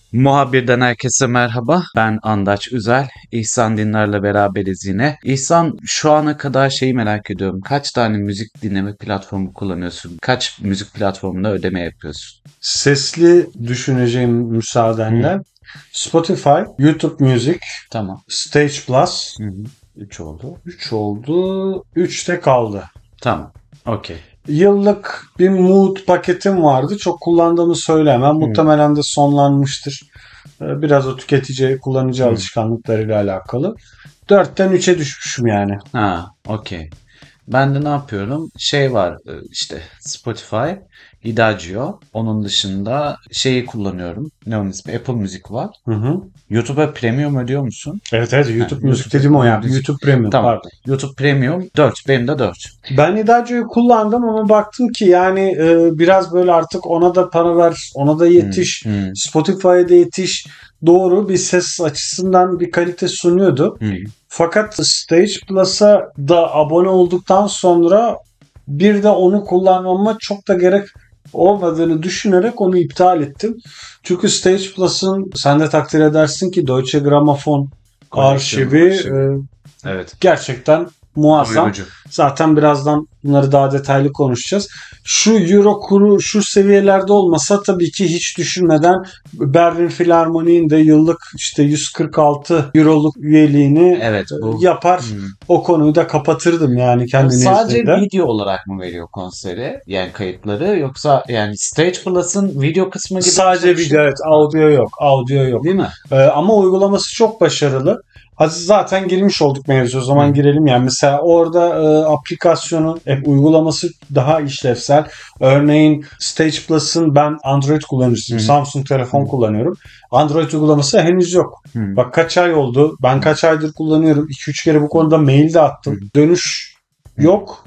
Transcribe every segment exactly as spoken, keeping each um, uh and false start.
Muhabirden herkese merhaba. Ben Andaç Üzel. İhsan Dinler'le beraberiz yine. İhsan, şu ana kadar şeyi merak ediyorum. Kaç tane müzik dinleme platformu kullanıyorsun? Kaç müzik platformuna ödeme yapıyorsun? Sesli düşüneceğim müsaadenle. Hı. Spotify, YouTube Music, Tamam. Stage Plus. Hı hı. üç oldu. üç oldu. üçte kaldı. Tamam. Okey. Yıllık bir Mood paketim vardı. Çok kullandığımı söylemem. Hı. Muhtemelen de sonlanmıştır. Ee, Biraz o tüketici, kullanıcı Hı. alışkanlıklarıyla alakalı. dörtten üçe düşmüşüm yani. Ha, okey. Ben de ne yapıyorum? Şey var e, işte Spotify, Idagio. Onun dışında şeyi kullanıyorum. Ne onun ismi? Apple Music var. Hı hı. YouTube'a premium ödüyor musun? Evet evet, Ha, YouTube Müzik YouTube dediğim o ya. Müzik. YouTube Premium, Tamam. pardon. YouTube Premium dört. Benim de dört. Ben Idagio'yu kullandım ama baktım ki yani e, biraz böyle artık ona da para ver, ona da Hmm, yetiş, hmm, Spotify'a da yetiş. Doğru bir ses açısından bir kalite sunuyordu. hmm. Fakat Stage Plus'a da abone olduktan sonra bir de onu kullanmama çok da gerek olmadığını düşünerek onu iptal ettim. Çünkü Stage Plus'ın, sen de takdir edersin ki, Deutsche Grammophon Koleksiyon arşivi arşivi. e, Evet. gerçekten muazzam. Doyurucu. Zaten birazdan bunları daha detaylı konuşacağız. Şu euro kuru şu seviyelerde olmasa tabii ki hiç düşünmeden Berlin Filarmoni'nin de yıllık işte yüz kırk altı euroluk üyeliğini Evet bu. yapar. Hmm. O konuyu da kapatırdım yani O kendi sadece nezdimde. video olarak mı veriyor konseri? Yani kayıtları yoksa yani Stage Plus'ın video kısmı gibi Sadece bir şey video, mi? evet, audio yok. Audio yok. Değil mi? Ee, ama uygulaması çok başarılı. Hadi zaten girmiş olduk mevzu. O zaman Hı. girelim yani. Mesela orada e, aplikasyonu, e, uygulaması daha işlevsel. Örneğin Stage Plus'ın, ben Android kullanıcısıyım. Hı. Samsung telefon Hı. kullanıyorum. Android uygulaması henüz yok. Hı. Bak kaç ay oldu. Ben kaç aydır kullanıyorum. iki üç kere bu konuda mail de Hı. attım. Dönüş Hı. yok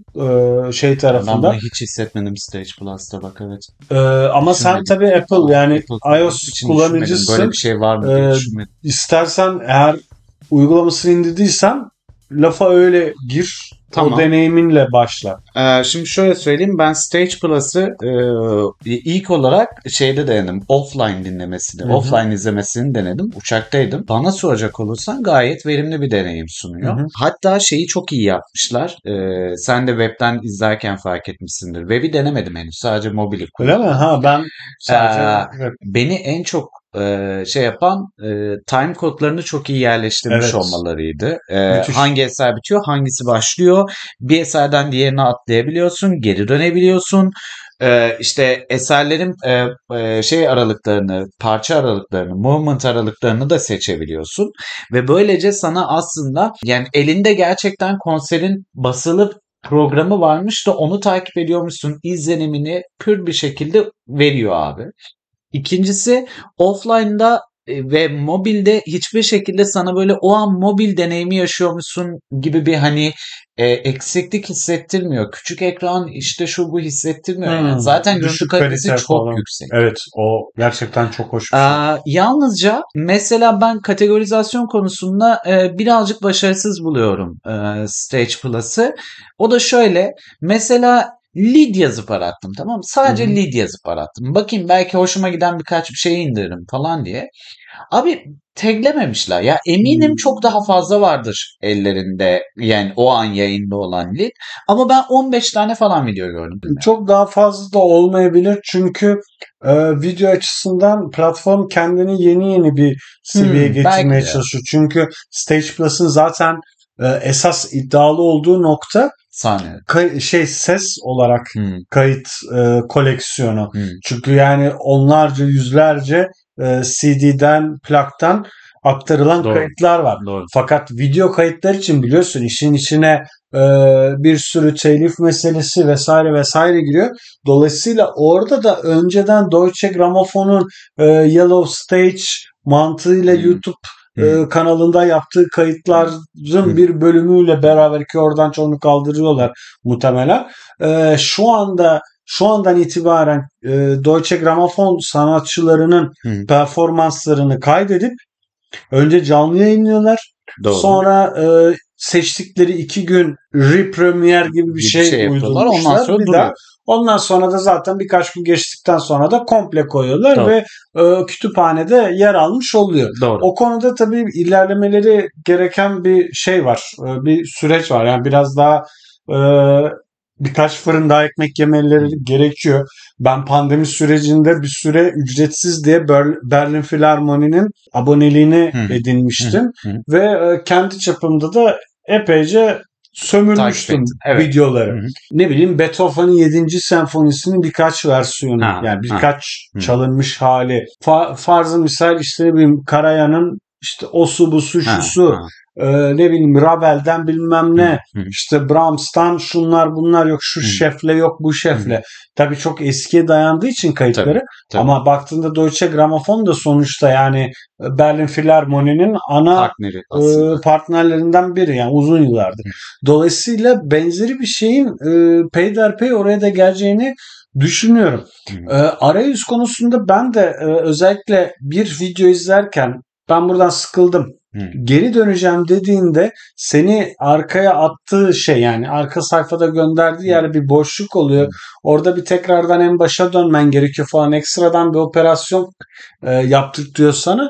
Hı. e, şey Ben bunu tarafında. hiç hissetmedim Stage Plus'ta, bak evet. Ee, ama sen Düşünmedim. tabii Apple, Aa, yani Apple kullandığım iOS için düşünmedim. Böyle kullanıcısın. bir şey var mı diye Ee, düşünmedim. istersen eğer uygulamasını indirdiysen lafa öyle gir. O Tamam. deneyiminle başla. Ee, şimdi şöyle söyleyeyim, ben Stage Plus'ı e, ilk olarak şeyde denedim, offline dinlemesini, Hı hı. offline izlemesini denedim, uçaktaydım. Bana soracak olursan gayet verimli bir deneyim Hı sunuyor. hı. Hatta şeyi çok iyi yapmışlar, Ee, sen de webten izlerken fark etmişsindir. Web'i denemedim henüz, sadece mobili Öyle mi? kullandım. Ha, ben sadece Ee, evet. beni en çok e, şey yapan e, time kodlarını çok iyi yerleştirmiş Evet. olmalarıydı. Ee, Müthiş. hangi eser bitiyor, hangisi başlıyor, bir eserden diğerine atlayabiliyorsun, geri dönebiliyorsun. Ee, işte eserlerin e, e, şey aralıklarını, parça aralıklarını, movement aralıklarını da seçebiliyorsun. Ve böylece sana aslında yani elinde gerçekten konserin basılı programı varmış da onu takip ediyormuşsun izlenimini pür bir şekilde veriyor abi. İkincisi, offline'da e, ve mobilde hiçbir şekilde sana böyle o an mobil deneyimi yaşıyormuşsun gibi bir hani e, eksiklik hissettirmiyor. Küçük ekran işte şu bu hissettirmiyor yani. Hmm, Zaten görüntü düşük kalitesi kalite çok falan. yüksek. Evet, o gerçekten çok hoş bir şey. Aa, yalnızca mesela ben kategorizasyon konusunda e, birazcık başarısız buluyorum e, Stage Plus'ı. O da şöyle, mesela lead yazıp arattım, tamam mı? Hı Sadece hı. lead yazıp arattım. Bakayım belki hoşuma giden birkaç bir şey indiririm falan diye. Abi taglememişler. Ya eminim çok daha fazla vardır ellerinde yani o an yayında olan lead. Ama ben on beş tane falan video gördüm yani. Çok daha fazla da olmayabilir çünkü e, video açısından platform kendini yeni yeni bir seviyeye Hmm, belki getirmeye de çalışıyor. Çünkü Stage Plus'ın zaten e, esas iddialı olduğu nokta sahne. kay- şey ses olarak Hmm, kayıt e, koleksiyonu. hmm, Çünkü yani onlarca yüzlerce e, C D'den, plaktan aktarılan doğru. kayıtlar var. Doğru. Fakat video kayıtlar için biliyorsun işin içine e, bir sürü telif meselesi vesaire vesaire giriyor. Dolayısıyla orada da önceden Deutsche Grammophon'un e, Yellow Stage mantığıyla Hmm, YouTube hmm, e, kanalında yaptığı kayıtların hmm. bir bölümüyle beraber, ki oradan çoğunu kaldırıyorlar muhtemelen. E, şu anda şu andan itibaren e, Deutsche Grammophon sanatçılarının Hı, performanslarını kaydedip önce canlı yayınlıyorlar. doğru. Sonra e, seçtikleri iki gün re-premier gibi bir Bir şey şey yapıyorlar. Ondan uydurmuşlar. sonra Bir daha duruyor. Ondan sonra da zaten birkaç gün geçtikten sonra da komple koyuyorlar Doğru. ve e, kütüphanede yer almış oluyor. Doğru. O konuda tabii ilerlemeleri gereken bir şey var. E, bir süreç var. Yani biraz daha e, birkaç fırın daha ekmek yemeleri gerekiyor. Ben pandemi sürecinde bir süre ücretsiz diye Ber- Berlin Filarmoni'nin aboneliğini Hı hı. edinmiştim. Hı hı. Ve e, kendi çapımda da epeyce Takip sömürmüştüm ettim. Evet. videoları. Hı hı. Ne bileyim Beethoven'ın yedinci senfonisinin birkaç versiyonu, Ha, yani ha. birkaç Hı. çalınmış hali. Fa- farzı misal işte ne bileyim Karajan'ın işte o su bu su Ha, şu su, ha. e, ne bileyim Ravel'den bilmem Hı ne, hı. işte Brahms'tan şunlar bunlar, yok şu Hı hı. şefle yok bu Hı hı. şefle. Tabii çok eskiye dayandığı için kayıtları, Tabii. Tabii. ama baktığında Deutsche Grammophon da sonuçta yani Berlin Filarmoni'nin ana Partneri e, aslında. partnerlerinden biri, yani uzun yıllardır. Hı. Dolayısıyla benzeri bir şeyin e, peyderpey oraya da geleceğini düşünüyorum. Hı. E, arayüz konusunda ben de e, özellikle bir video izlerken ben buradan sıkıldım, Hı. geri döneceğim dediğinde seni arkaya attığı şey, yani arka sayfada gönderdiği Hı. yerde bir boşluk oluyor. Hı. Orada bir tekrardan en başa dönmen gerekiyor falan, ekstradan bir operasyon e, yaptırtıyor sana.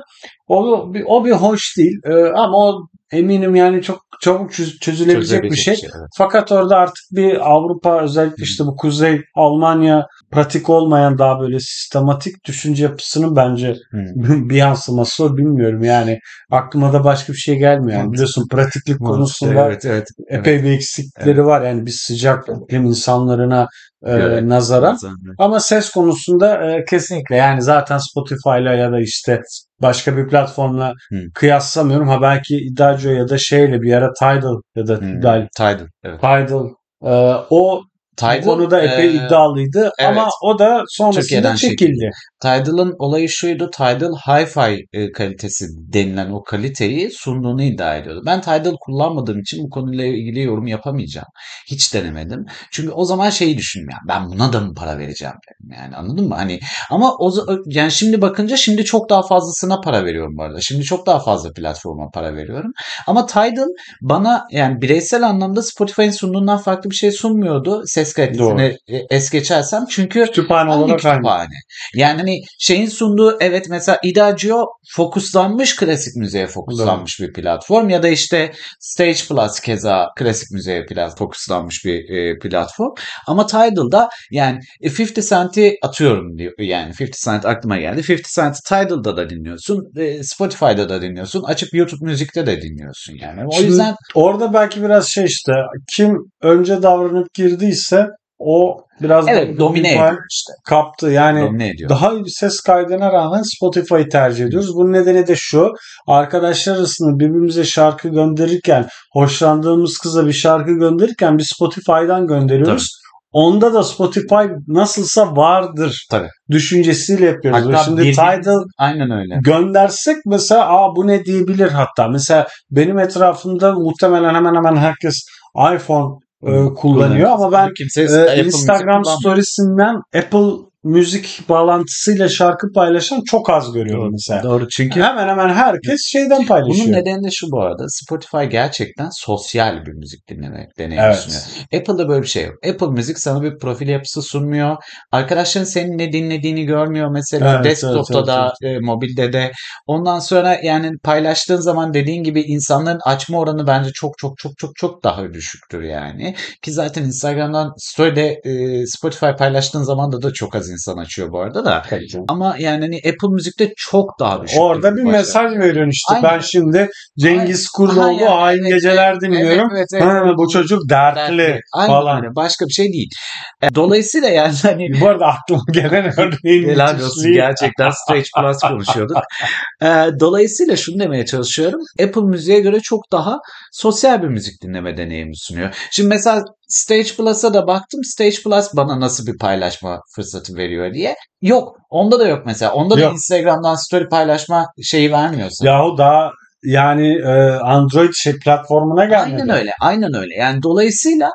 O bir, o bir hoş değil. E, ama o eminim yani çok çabuk çöz- çözülebilecek bir Çözülebilecek bir şey. şey. Evet. Fakat orada artık bir Avrupa, özellikle Hı. işte bu Kuzey Almanya pratik olmayan daha böyle sistematik düşünce yapısının bence Hı. bir yansıması o, bilmiyorum yani. Aklıma da başka bir şey gelmiyor. Yani biliyorsun pratiklik Mantıklı. konusunda Evet, evet, evet, epey bir evet. eksikleri var. Yani biz sıcak iklim insanlarına e, Göre. nazaran. Nazan. Ama ses konusunda e, kesinlikle, yani zaten Spotify'la ya da işte başka bir platformla Hı. kıyaslamıyorum. Ha belki Idaccio ya da şeyle bir ara Tidal ya da Hı. Tidal, Tidal. Evet. Tidal e, o bu Tidal konuda epey e, iddialıydı ama evet. o da sonrasında Türkiye'den çekildi. çekildi. Tidal'ın olayı şuydu. Tidal Hi-Fi e, kalitesi denilen o kaliteyi sunduğunu iddia ediyordu. Ben Tidal kullanmadığım için bu konuyla ilgili yorum yapamayacağım. Hiç denemedim. Çünkü o zaman şeyi düşündüm, yani ben buna da mı para vereceğim dedim. Yani anladın mı? Hani ama o za- yani şimdi bakınca şimdi çok daha fazlasına para veriyorum bu arada. Şimdi çok daha fazla platforma para veriyorum. Ama Tidal bana yani bireysel anlamda Spotify'ın sunduğundan farklı bir şey sunmuyordu. Ses Doğru. kalitesini e, es geçersem. Çünkü Kütüphane aynı olarak aynı. kütüphane. Yani hani şeyin sunduğu, evet mesela Idaccio fokuslanmış klasik müziğe Doğru. fokuslanmış bir platform ya da işte Stage Plus keza klasik müziğe plat fokuslanmış bir e, platform. Ama Tidal'da yani e, elli Cent'i atıyorum diyor. Yani elli Cent aklıma geldi. elli Cent'i Tidal'da da dinliyorsun. e, Spotify'da da dinliyorsun. Açıp YouTube müzikte de dinliyorsun yani. O Şimdi yüzden orada belki biraz şey, işte kim önce davranıp girdiyse o biraz evet burada domine bir pay ediyor işte. kaptı. Yani Domine ediyor. daha iyi bir ses kaydına rağmen Spotify'ı tercih Hı. ediyoruz. Bunun nedeni de şu: arkadaşlar arasında birbirimize şarkı gönderirken, hoşlandığımız kıza bir şarkı gönderirken biz Spotify'dan Tabii. gönderiyoruz. Onda da Spotify nasılsa vardır Tabii. düşüncesiyle yapıyoruz. Ve Hatta şimdi birbirimizin Tidal aynen öyle. göndersek mesela, aa bu ne diyebilir hatta. Mesela benim etrafımda muhtemelen hemen hemen herkes iPhone e, Hı, kullanıyor ama ben Kimse e, Apple Müzik Instagram kullanmıyor. storiesinden Apple Müzik bağlantısıyla şarkı paylaşan çok az görüyorum Doğru. mesela. Doğru. Çünkü Hemen hemen herkes şeyden bunun paylaşıyor. nedeni de şu bu arada. Spotify gerçekten sosyal bir müzik dinleme deneyimi Evet. sunuyor. Apple'da böyle bir şey yok. Apple Müzik sana bir profil yapısı sunmuyor. Arkadaşların senin ne dinlediğini görmüyor mesela. Evet, evet, Desktop'ta evet, da, evet. e, mobilde de. Ondan sonra yani paylaştığın zaman dediğin gibi insanların açma oranı bence çok çok çok çok çok daha düşüktür yani. Ki zaten Instagram'dan story'de e, Spotify paylaştığın zaman da da çok az insan açıyor bu arada da. Tabii canım. Ama yani hani Apple Müzik'te çok daha düşüktür Orada bu bir başarı. mesaj veriyorsun işte. Aynen. Ben şimdi Aynen. Cengiz Aha Kurdoğlu yani Hain evet, Geceler evet, dinliyorum. evet, evet, Ha, evet. bu çocuk dertli Dertli. Aynen falan. öyle. Başka bir şey değil. E, Dolayısıyla yani hani Bu arada aklıma gelen örneğin helal olsun müthişliği. gerçekten Stage Plus konuşuyorduk. E, dolayısıyla şunu demeye çalışıyorum. Apple Müziğe göre çok daha sosyal bir müzik dinleme deneyimi sunuyor. Şimdi mesela Stage Plus'a da baktım. Stage Plus bana nasıl bir paylaşma fırsatı veriyor diye. Yok. Onda da yok mesela. Onda da Yok. Instagram'dan story paylaşma şeyi vermiyor sana. Yahu daha yani e, Android şey platformuna gelmedi. Aynen öyle. Aynen öyle. Yani dolayısıyla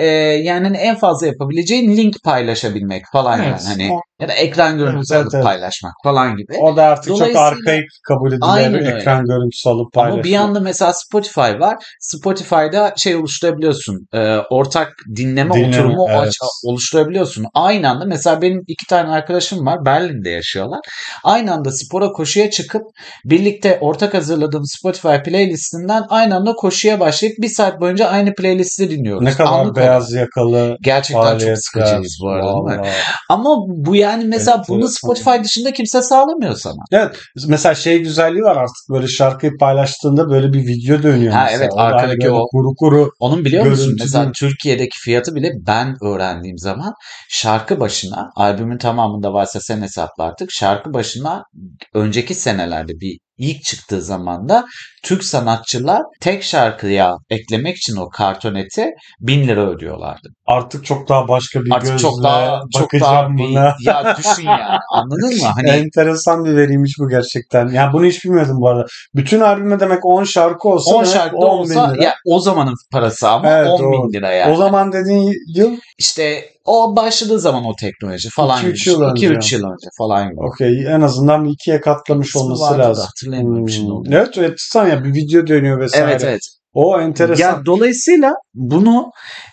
e, yani en fazla yapabileceğin link paylaşabilmek falan yani Evet. hani O, ya da ekran görüntüsü evet, alıp evet. paylaşmak falan gibi. O da artık çok Dolayısıyla arkaik kabul edilen aynen bir öyle. ekran görüntüsü alıp Ama bir paylaşmak. yanda mesela Spotify var. Spotify'da şey oluşturabiliyorsun. E, ortak dinleme Dinleme, oturumu aç, evet. oluşturabiliyorsun. Aynı anda mesela benim iki tane arkadaşım var. Berlin'de yaşıyorlar. Aynı anda spora koşuya çıkıp birlikte ortak hazırladığım Spotify playlistinden aynı anda koşuya başlayıp bir saat boyunca aynı playlisti Ne dinliyoruz. kadar Anlık olarak. beyaz yakalı Gerçekten çok faaliyetler. sıkıcıyız bu arada değil mi? Valla Ama bu yani mesela bunu enteresan. Spotify dışında kimse sağlamıyor sana. Evet. Mesela şey güzelliği var artık, böyle şarkıyı paylaştığında böyle bir video dönüyor Ha mesela. evet, O da hani arkadaki böyle o. kuru kuru Onun biliyor musun mesela görüntülü. Türkiye'deki fiyatı bile ben öğrendiğim zaman şarkı başına albümün tamamında varsa sen hesapla artık şarkı başına önceki senelerde bir ilk çıktığı zaman da Türk sanatçılar tek şarkıya eklemek için o kartoneti bin lira ödüyorlardı. Artık çok daha başka bir Artık çok gözle daha çok daha bakacağım bir buna. ya düşün yani anladın mı? Hani Enteresan bir veriymiş bu gerçekten. Yani bunu hiç bilmiyordum bu arada. Bütün albüme demek on şarkı olsa on demek şarkı da on bin olsa lira. ya o zamanın parası ama Evet, on doğru. bin lira O yani. zaman dediğin yıl İşte o başladığı zaman o teknoloji falan iki gibi üç yıl düşün. iki önce. üç yıl önce falan gibi. Okey. En azından bir ikiye katlamış İsmi olması vardı da lazım. hatırlayamıyorum şimdi Hmm. onu. Evet, evet. Sana ya bir video dönüyor Evet vesaire. evet. O enteresan. Ya dolayısıyla bunu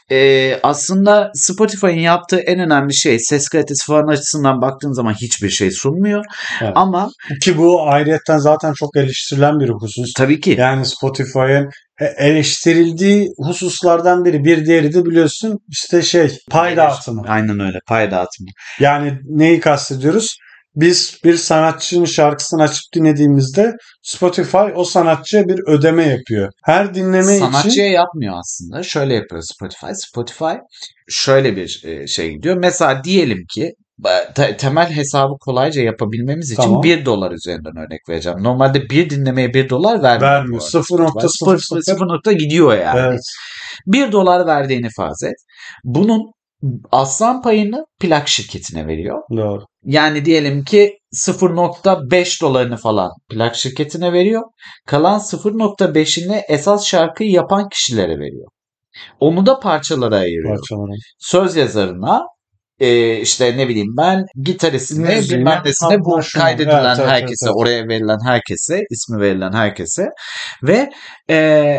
e, aslında Spotify'ın yaptığı en önemli şey ses kalitesi falan açısından baktığın zaman hiçbir şey sunmuyor. Evet. Ama Ki bu ayrıyetten zaten çok eleştirilen bir husus. tabii ki Yani Spotify'ın e- eleştirildiği hususlardan biri. Bir diğeri de biliyorsun işte şey, pay gelir. dağıtımı. Aynen öyle, pay dağıtımı. Yani neyi kastediyoruz? Biz bir sanatçının şarkısını açıp dinlediğimizde Spotify o sanatçıya bir ödeme yapıyor. Her dinleme için Sanatçıya yapmıyor aslında. Şöyle yapıyor Spotify. Spotify şöyle bir e, şey gidiyor. Mesela diyelim ki ba- te- temel hesabı kolayca yapabilmemiz için tamam, bir dolar üzerinden örnek vereceğim. Normalde bir dinlemeye bir dolar vermiyor bu vermiyor. arada Spotify. Sıfır, sıfır, sıfır nokta sıfır sıfır. sıfır nokta gidiyor yani. Evet, Bir dolar verdiğini farz et. Bunun aslan payını plak şirketine veriyor. doğru. Yani diyelim ki sıfır nokta beş dolarını falan plak şirketine veriyor. Kalan sıfır nokta beşini esas şarkıyı yapan kişilere veriyor. Onu da parçalara ayırıyor. Parçalarım. Söz yazarına, e, işte ne bileyim ben gitaristine Müziğine bilmem nesine bu anlaşma. Evet, kaydedilen evet, evet, herkese, evet. oraya verilen herkese, ismi verilen herkese ve e,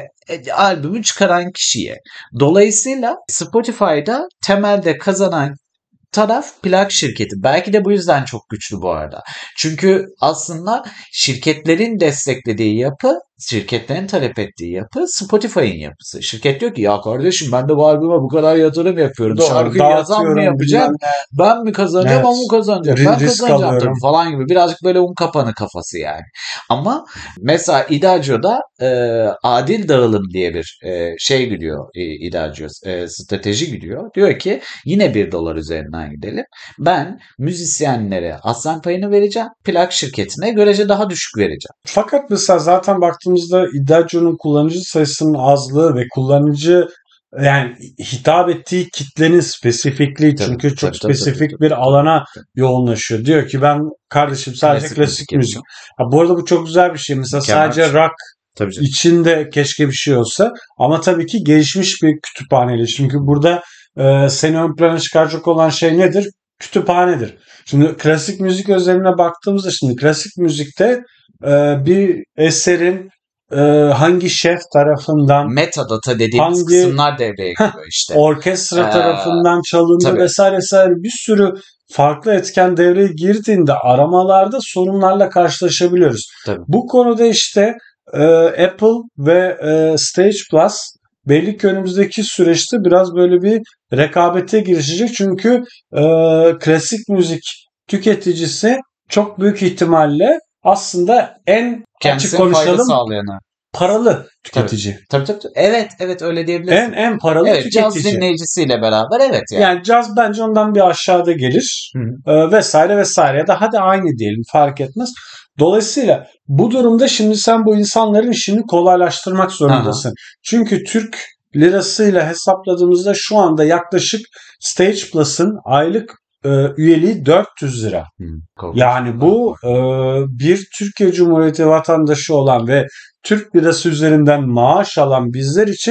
e, albümü çıkaran kişiye. Dolayısıyla Spotify'da temelde kazanan taraf plak şirketi. Belki de bu yüzden çok güçlü bu arada. Çünkü aslında şirketlerin desteklediği yapı, şirketlerin talep ettiği yapı Spotify'ın yapısı. Şirket diyor ki ya kardeşim ben de bu albüme bu kadar yatırım yapıyorum. Doğru. Şarkıyı yazan mı Dağıtıyorum yapacak? bilmem ne. Ben mi kazanacağım o Evet. mu kazanacak? Ri- Ben Risk kazanacağım tabii alıyorum. falan gibi. Birazcık böyle un kapanı kafası yani. Ama mesela Idacio'da e, adil dağılım diye bir e, şey gidiyor e, Idaccio e, strateji gidiyor. Diyor ki yine bir dolar üzerinden gidelim. Ben müzisyenlere aslan payını vereceğim. Plak şirketine görece daha düşük vereceğim. Fakat mesela zaten baktığımızda Idacio'nun kullanıcı sayısının azlığı ve kullanıcı, yani hitap ettiği kitlenin spesifikliği, Tabii çünkü çok tabii tabii tabii. spesifik tabii, bir tabii, alana tabii. yoğunlaşıyor. Diyor ki ben kardeşim sadece Klasik klasik, müzik müzik. yapacağım. Ha, bu arada bu çok güzel bir şey. Mesela Mükemmel bir sadece şey. rock Tabii canım. içinde keşke bir şey olsa, ama tabii ki gelişmiş bir kütüphaneyle. Çünkü burada e, seni ön plana çıkaracak olan şey nedir? Kütüphanedir. Şimdi klasik müzik özeline baktığımızda, şimdi klasik müzikte e, bir eserin e, hangi şef tarafından, Metadata dediğimiz hangi kısımlar devreye heh, giriyor işte. orkestra Ee, tarafından çalındı tabii. vesaire vesaire, bir sürü farklı etken devreye girdiğinde aramalarda sorunlarla karşılaşabiliyoruz. Tabii. Bu konuda işte e, Apple ve e, Stage Plus belli ki önümüzdeki süreçte biraz böyle bir rekabete girişecek. Çünkü e, klasik müzik tüketicisi çok büyük ihtimalle aslında en açık Kendisine fayda konuşalım sağlayanı. paralı Tabii. tüketici. Tabii tabii. tabii. Evet evet öyle diyebilirsin. En en paralı Evet caz tüketici. dinleyicisiyle beraber evet yani. Yani caz bence ondan bir aşağıda gelir. Hı hı. Ee, vesaire vesaire, ya da hadi aynı diyelim, fark etmez. Dolayısıyla bu durumda şimdi sen bu insanların işini kolaylaştırmak zorundasın. Çünkü Türk lirasıyla hesapladığımızda şu anda yaklaşık Stage Plus'ın aylık e, üyeliği dört yüz lira. Hı, korkunç. Yani bu e, bir Türkiye Cumhuriyeti vatandaşı olan ve Türk lirası üzerinden maaş alan bizler için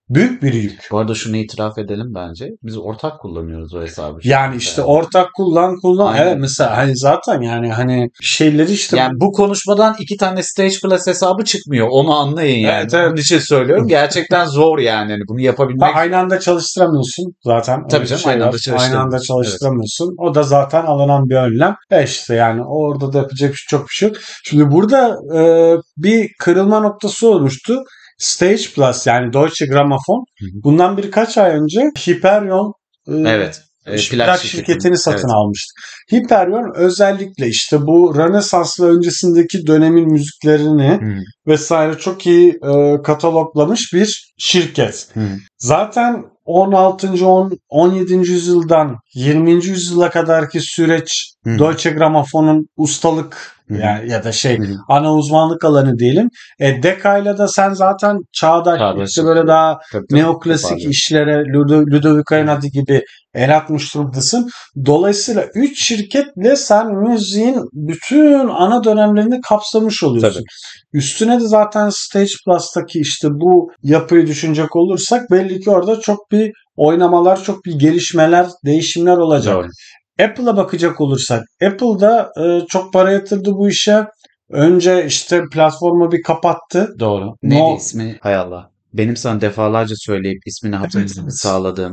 büyük bir yük. Bu arada şunu itiraf edelim bence. Biz ortak kullanıyoruz o hesabı. Yani işte Yani. ortak kullan kullan. Aynen. Evet mesela hani zaten yani hani şeyleri işte Yani bu konuşmadan iki tane Stage Plus hesabı çıkmıyor. Onu anlayın yani. Evet, evet. Onun için söylüyorum. Gerçekten zor yani. Hani bunu yapabilmek. aynı anda çalıştıramıyorsun zaten. Tabii Öyle bir canım, şey aynı var. anda çalıştıramıyorsun. Aynı anda Evet. çalıştıramıyorsun. O da zaten alınan bir önlem. E işte yani orada da yapacak çok bir şey yok. Şimdi burada e, bir kırılma noktası olmuştu. Stage Plus yani Deutsche Grammophon Hı hı. bundan birkaç ay önce Hyperion e, Evet. E, plak, plak şirketini şirketini. satın Evet. almıştı. Hyperion özellikle işte bu Rönesans ve öncesindeki dönemin müziklerini Hı hı. vesaire çok iyi e, kataloglamış bir şirket. Hı hı. Zaten on altıncı. on yedinci yüzyıldan yirminci yüzyıla kadarki süreç Hı hı. Deutsche Grammophon'un ustalık Hı hı. yani ya da şey Hı hı. ana uzmanlık alanı diyelim. E, Deca'yla da sen zaten çağdaş Çağdaş işte böyle daha Tabii tabii. neoklasik Toparlıyorum. işlere Ludo- Ludovico Hı. Einaudi gibi el atmış durumdasın. Dolayısıyla üç şirketle sen müziğin bütün ana dönemlerini kapsamış oluyorsun. Tabii. Üstüne de zaten Stage Plus'taki işte bu yapıyı düşünecek olursak belli ki orada çok bir oynamalar, çok bir gelişmeler, değişimler olacak. Doğru. Apple'a bakacak olursak Apple'da e, çok para yatırdı bu işe. Önce işte platformu bir kapattı. Doğru. No, Neydi ismi? Hay Allah. Benim sana defalarca söyleyip ismini evet, hatırlamasını evet. sağladığım.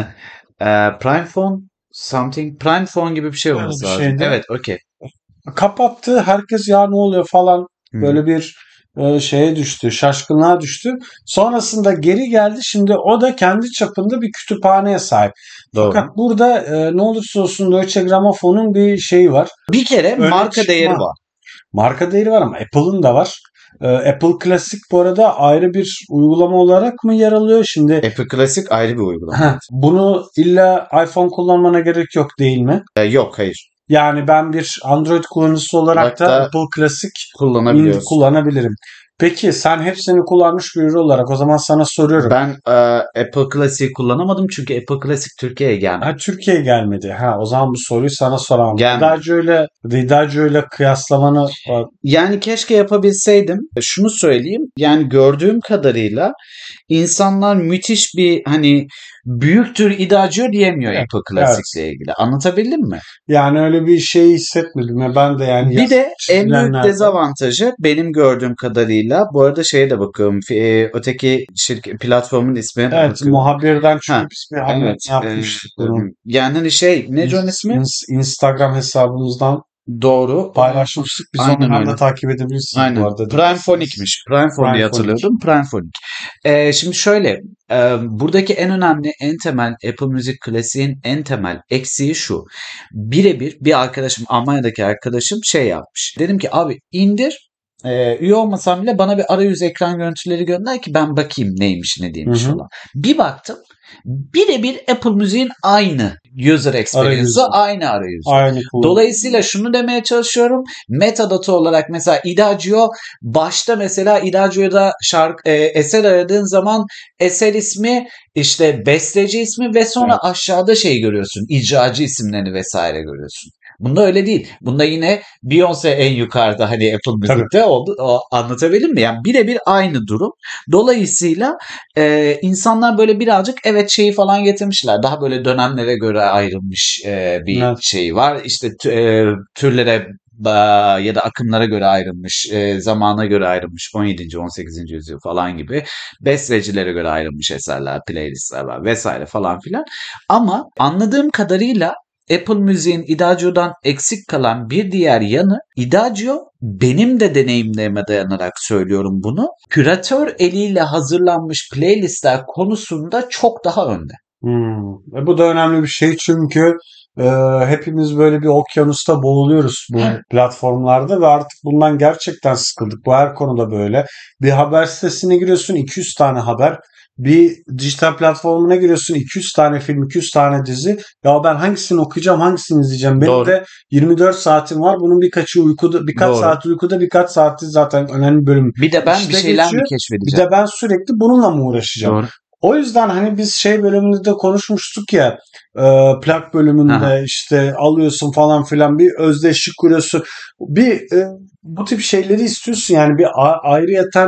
Eee, Prime Phone something. Prime Phone gibi bir şey Öyle olması bir lazım. şeydi. Evet, okey. Kapattı. Herkes ya ne oluyor falan Hı. böyle bir e, şeye düştü. Şaşkınlığa düştü. Sonrasında geri geldi. Şimdi o da kendi çapında bir kütüphaneye sahip. Fakat Doğru. burada e, ne olursa olsun Deutsche Grammophon'un bir şeyi var. Bir kere Öne marka değeri çıkma. var. Marka değeri var ama Apple'ın da var. E, Apple Classic bu arada ayrı bir uygulama olarak mı yer alıyor? Şimdi Apple Classic ayrı bir uygulama. heh, Evet. bunu illa iPhone kullanmana gerek yok değil mi? Eee, yok, hayır. Yani ben bir Android kullanıcısı olarak da Hatta Apple Classic in- kullanabiliyorsun. kullanabilirim. Peki sen hepsini kullanmış biri olarak o zaman sana soruyorum. Ben eee, Apple Classic kullanamadım çünkü Apple Classic Türkiye'ye gelmedi. Ha Türkiye'ye gelmedi. Ha o zaman bu soruyu sana soramam. Gelmedi. Ridacı ile Ridacı ile kıyaslamanı Yani keşke yapabilseydim. Şunu söyleyeyim. Yani gördüğüm kadarıyla insanlar müthiş bir hani büyüktür iddiacı diyemiyor evet, Apple evet. Classic'le ilgili. Anlatabildim mi? Yani öyle bir şey hissetmedim ya ben de yani Bir yaz de en büyük çizilenlerde. dezavantajı benim gördüğüm kadarıyla bu arada şeye de bakıyorum. fi- e, Öteki şirket platformun ismine de Evet bakıyorum. muhabirden çok Ha, pis bir haber evet. e, yapmıştık bunu. yani hani şey ne John İns- ismi? ins- Instagram hesabımızdan Doğru. paylaşmıştık. Biz onu Aynen hem öyle. de takip edebilirsiniz bu Aynen. arada Prime dilerseniz. Phonic'miş. Prime Phone diye Prime Phonic. hatırlıyordum. Prime Phonic. Ee, şimdi şöyle. e, buradaki en önemli, en temel Apple Music Classic'in en temel eksiği şu. Birebir bir arkadaşım, Almanya'daki arkadaşım şey yapmış. Dedim ki abi indir. e, üye olmasam bile bana bir arayüz ekran görüntüleri gönder ki ben bakayım neymiş ne Hı değilmiş hı. falan. Bir baktım. Birebir Apple Müziğin aynı user experience'ı, Arayüzü. aynı arayüzü. Aynı kullan. Dolayısıyla şunu demeye çalışıyorum. Metadata olarak mesela Idagio başta mesela Idagio'da şarkı e, eser aradığın zaman eser ismi işte besteci ismi ve sonra Evet. aşağıda şey görüyorsun. İcracı isimlerini vesaire görüyorsun. Bunda öyle değil. Bunda yine Beyoncé en yukarıda hani Apple Tabii. Music'te oldu. O, anlatabildim mi? Yani birebir aynı durum. Dolayısıyla e, insanlar böyle birazcık evet şeyi falan getirmişler. Daha böyle dönemlere göre ayrılmış e, bir Evet. şey var. İşte tü- e, türlere ba- ya da akımlara göre ayrılmış, e, zamana göre ayrılmış on yedinci. on sekizinci yüzyıl falan gibi bestecilere göre ayrılmış eserler, playlistler var vesaire falan filan. Ama anladığım kadarıyla Apple Müziğin Idagio'dan eksik kalan bir diğer yanı Idagio benim de deneyimlerime dayanarak söylüyorum bunu. Küratör eliyle hazırlanmış playlistler konusunda çok daha önde. Hmm. E bu da önemli bir şey çünkü e, hepimiz böyle bir okyanusta boğuluyoruz bu platformlarda ve artık bundan gerçekten sıkıldık. Bu her konuda böyle. Bir haber sitesine giriyorsun iki yüz tane haber. Bir dijital platformuna giriyorsun iki yüz tane film, iki yüz tane dizi. Ya ben hangisini okuyacağım, hangisini izleyeceğim? Benim Doğru. de yirmi dört saatim var. Bunun birkaçı uykuda, birkaç Doğru. saat uykuda, birkaç saati zaten önemli bölüm Bir de ben bir işte şeyler mi geçiyor. Bir keşfedeceğim? de ben sürekli bununla mı uğraşacağım? Doğru. O yüzden hani biz şey bölümünde konuşmuştuk ya e, plak bölümünde Aha. işte alıyorsun falan filan bir özdeşlik kuruyorsun. Bir e, bu tip şeyleri istiyorsun yani bir a- ayrıyeten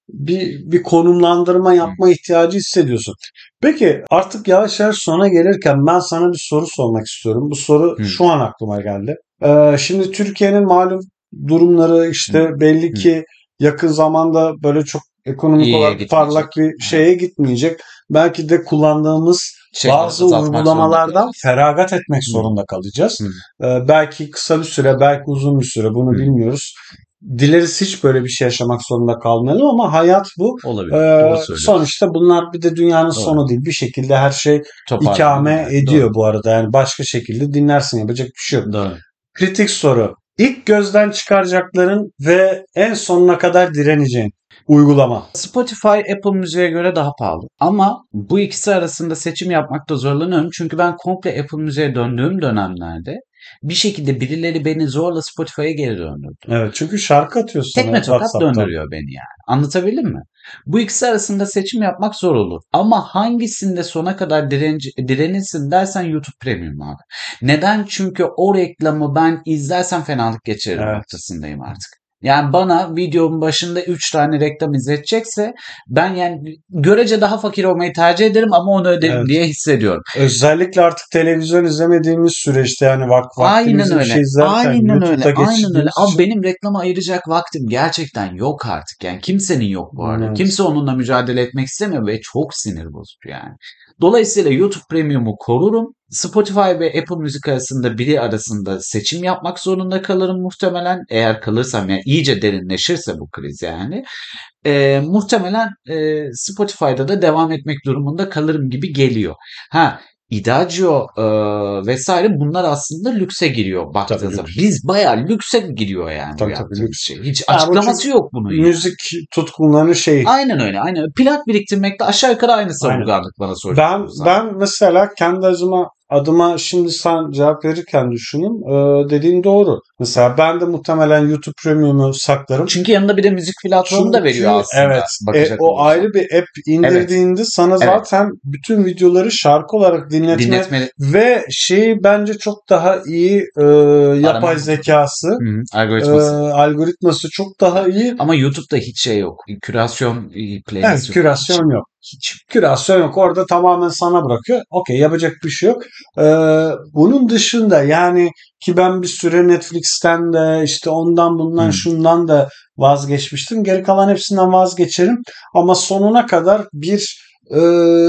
bir bir konumlandırma yapma ihtiyacı hissediyorsun. Peki artık yavaş yavaş sona gelirken ben sana bir soru sormak istiyorum. Bu soru Hı. şu an aklıma geldi. Ee, şimdi Türkiye'nin malum durumları işte Hı. belli Hı. ki yakın zamanda böyle çok ekonomik İyiye olarak gitmeyecek. parlak bir Evet. şeye gitmeyecek. Belki de kullandığımız Şeyleri bazı azaltmak zorunda uygulamalardan kalacağız. feragat etmek Hı. zorunda kalacağız. Hı. Ee, belki kısa bir süre, belki uzun bir süre bunu Hı. bilmiyoruz. Dileriz hiç böyle bir şey yaşamak zorunda kalmayalım ama hayat bu. Olabilir. Ee, Doğru söylüyorsun. sonuçta bunlar bir de dünyanın Doğru. sonu değil. Bir şekilde her şey Toparlanır ikame yani. ediyor Doğru. bu arada. Yani başka şekilde dinlersin, yapacak bir şey yok. Doğru. Kritik soru. İlk gözden çıkaracakların ve en sonuna kadar direneceğin uygulama. Spotify, Apple Müziğe göre daha pahalı. Ama bu ikisi arasında seçim yapmakta zorlanıyorum. Çünkü ben komple Apple Müziğe döndüğüm dönemlerde bir şekilde birileri beni zorla Spotify'a geri döndürdü. Evet, çünkü şarkı atıyorsun sana Tekme tokat WhatsApp'tan. döndürüyor beni yani. Anlatabildim mi? Bu ikisi arasında seçim yapmak zor olur. Ama hangisinde sona kadar direnci, direnirsin dersen YouTube Premium abi. Neden? Çünkü o reklamı ben izlersem fenalık geçiririm Evet. noktasındayım artık. Yani bana videonun başında üç tane reklam izletecekse ben yani görece daha fakir olmayı tercih ederim ama onu öderim Evet. diye hissediyorum. Özellikle artık televizyon izlemediğimiz süreçte yani vak Aynen vaktimizi bir öyle. şey izlerken Aynen öyle. YouTube'da Aynen öyle. geçirdiğimiz Abi için. benim reklama ayıracak vaktim gerçekten yok artık. Yani kimsenin yok bu arada. Evet. Kimse onunla mücadele etmek istemiyor ve çok sinir bozucu yani. Dolayısıyla YouTube Premium'u korurum. Spotify ve Apple Müzik arasında biri arasında seçim yapmak zorunda kalırım muhtemelen. Eğer kalırsam yani iyice derinleşirse bu kriz yani. Ee, muhtemelen e, Spotify'da da devam etmek durumunda kalırım gibi geliyor. Ha Idagio e, vesaire bunlar aslında lükse giriyor baktığınız Tabii zaman. lüks. Biz bayağı lükse giriyor yani bu Tabii tabii yaptığımız lüks. şey. Hiç Ya bu açıklaması çünkü yok bunun yani. müzik tutkunlarının şeyi. Aynen öyle. Aynen öyle. Plak biriktirmekte aşağı yukarı aynı Aynen. savurganlık bana soracak Ben olursan. ben mesela kendi adıma adıma şimdi sen cevap verirken düşünün. Ee, dediğin doğru. Mesela ben de muhtemelen YouTube Premium'u saklarım. Çünkü yanında bir de müzik platformu da veriyor Çünkü aslında evet, e, bakacak o olursan. ayrı bir app indirdiğinde sana Evet. zaten bütün videoları şarkı olarak dinletme Dinletme ve şeyi bence çok daha iyi e, yapay Arama. zekası, Hı hı, e, algoritması. algoritması çok daha iyi. Ama YouTube'da hiç şey yok. Kürasyon e, Evet, playlist yok. kürasyon Hiç. yok. Hiç. Kürasyon yok. Orada tamamen sana bırakıyor. Okey, yapacak bir şey yok. Ee, bunun dışında yani ki ben bir süre Netflix'ten de işte ondan bundan Hı. şundan da vazgeçmiştim. Geri kalan hepsinden vazgeçerim. Ama sonuna kadar bir e,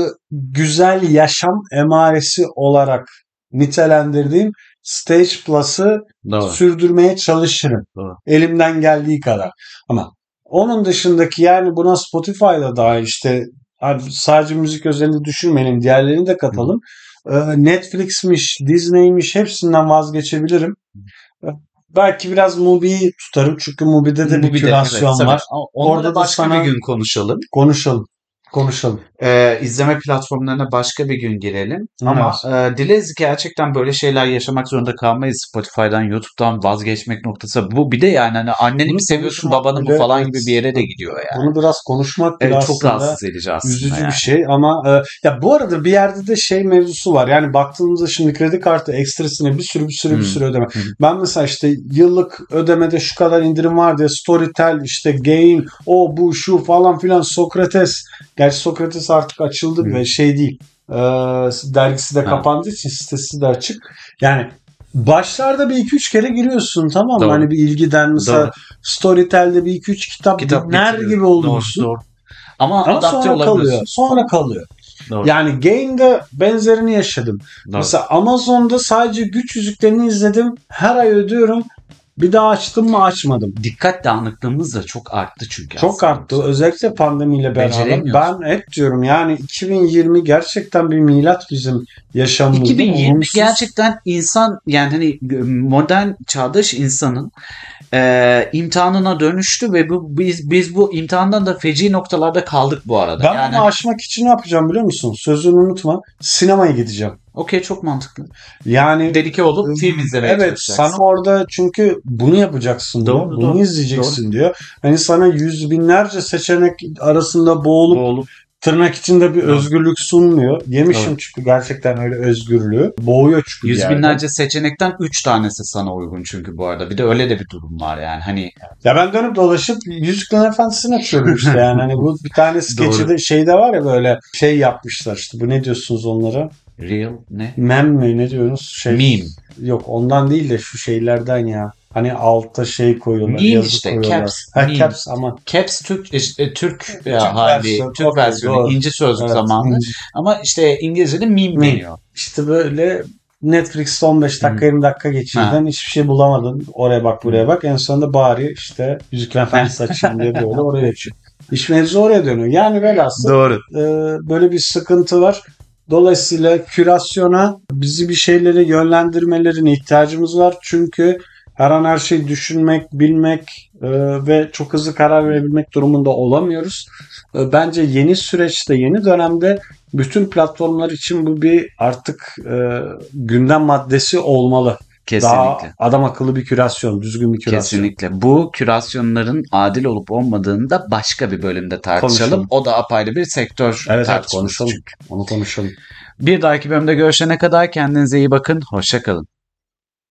güzel yaşam emaresi olarak nitelendirdiğim Stage Plus'ı Doğru. sürdürmeye çalışırım. Doğru. Elimden geldiği kadar. Ama onun dışındaki yani buna Spotify'da dahil işte sadece müzik özelinde düşünmeyelim. Diğerlerini de katalım. Ee, Netflix'miş, Disney'miş hepsinden vazgeçebilirim. Ee, Belki biraz Mubi'yi tutarım. Çünkü Mubi'de de bir Mubi'de, evet, kürasyon tabii. var. Onları Orada da başka sana bir gün konuşalım. konuşalım. Konuşalım. Ee, izleme platformlarına başka bir gün girelim. Ama Evet. e, dileriz ki gerçekten böyle şeyler yaşamak zorunda kalmayız. Spotify'dan, YouTube'dan vazgeçmek noktası. Bu bir de yani hani anneni Bunu mi seviyorsun, konuşmak babanı mı bile falan evet, gibi bir yere de gidiyor yani. bunu biraz konuşmak bile Evet, çok aslında rahatsız edici aslında üzücü yani. bir şey ama e, ya bu arada bir yerde de şey mevzusu var. Yani baktığımızda şimdi kredi kartı ekstresine bir sürü bir sürü bir Hmm. sürü ödeme. Hmm. Ben mesela işte yıllık ödemede şu kadar indirim var diye Storytel, işte Gain, o bu şu falan filan, Sokrates. Gerçi Sokrates artık açıldı Hmm. ve şey değil. E, dergisi de Ha. kapandığı için sitesi de açık. Yani başlarda bir iki üç kere giriyorsun, tamam mı? Doğru. Hani bir ilgiden mesela Doğru. Storytel'de bir iki üç kitap, Kitap dinler bitiriyor. gibi Doğru, olursun. doğru. Ama Ama adapte sonra kalıyor. olabiliyorsun. Sonra kalıyor. Doğru. Yani Gain'de benzerini yaşadım. Doğru. Mesela Amazon'da sadece güç yüzüklerini izledim. Her ay ödüyorum. Bir daha açtım mı açmadım. Dikkat dağınıklığımız da çok arttı çünkü. Çok aslında. arttı. Özellikle pandemiyle beraber. Beceremiyoruz. Ben hep diyorum yani iki bin yirmi gerçekten bir milat bizim yaşamımızda. iki bin yirmi Olumsuz. gerçekten insan yani hani modern çağdaş insanın e, imtihanına dönüştü ve bu biz biz bu imtihandan da feci noktalarda kaldık bu arada. Ben yani bunu aşmak için ne yapacağım biliyor musun? Sözünü unutma. Sinemaya gideceğim. okey, çok mantıklı. Yani Dedike olup film izlemeye evet, çalışacaksın. sana orada çünkü bunu yapacaksın diyor. Doğru, Bunu doğru, izleyeceksin diyor. Hani sana yüz binlerce seçenek arasında boğulup Boğulup tırnak içinde bir Doğru. özgürlük sunmuyor. Yemişim Doğru. çünkü gerçekten öyle özgürlüğü. Boğuyor çünkü bir Yüz yerde. binlerce seçenekten üç tanesi sana uygun çünkü bu arada. Bir de öyle de bir durum var yani. Hani Ya ben dönüp dolaşıp Yüzüklerin Efendisi'ni açıyorum işte yani. Hani bu bir tane skeçi Doğru. de şeyde var ya böyle şey yapmışlar işte. Bu ne diyorsunuz onlara? real ne? Mem mi ne diyorsunuz? Şey, Meme. Yok ondan değil de şu şeylerden ya. Hani altta şey koyuyorlar. Meme Yazı işte, koyuyorlar. caps, Ha meme. caps ama. Caps Türk e, Türk ya, Türk hali, versiyonu, Türk okey, versiyonu, doğru. İnci Sözlük Evet, zamanı. İnci. Ama işte İngilizce'de meme, Meme. deniyor. İşte böyle Netflix'te on beş dakika yirmi dakika geçirdin. Hiçbir şey bulamadın. Oraya bak buraya bak. En sonunda bari işte Yüzüklerin Efendisi açayım diye böyle oraya açıyor. İş mevzu oraya dönüyor. Yani velhasıl Doğru. e, böyle bir sıkıntı var. Dolayısıyla kürasyona bizi bir şeyleri yönlendirmelerine ihtiyacımız var. Çünkü her an her şeyi düşünmek, bilmek e, ve çok hızlı karar verebilmek durumunda olamıyoruz. E, bence yeni süreçte, yeni dönemde bütün platformlar için bu bir artık e, gündem maddesi olmalı. Kesinlikle. Daha adam akıllı bir kürasyon, düzgün bir kürasyon. Kesinlikle. Bu kürasyonların adil olup olmadığını da başka bir bölümde tartışalım. Konuşalım. O da apayrı bir sektör Evet, evet tartışması konuşalım. çünkü. Onu konuşalım. Bir dahaki bölümde görüşene kadar kendinize iyi bakın. Hoşça kalın.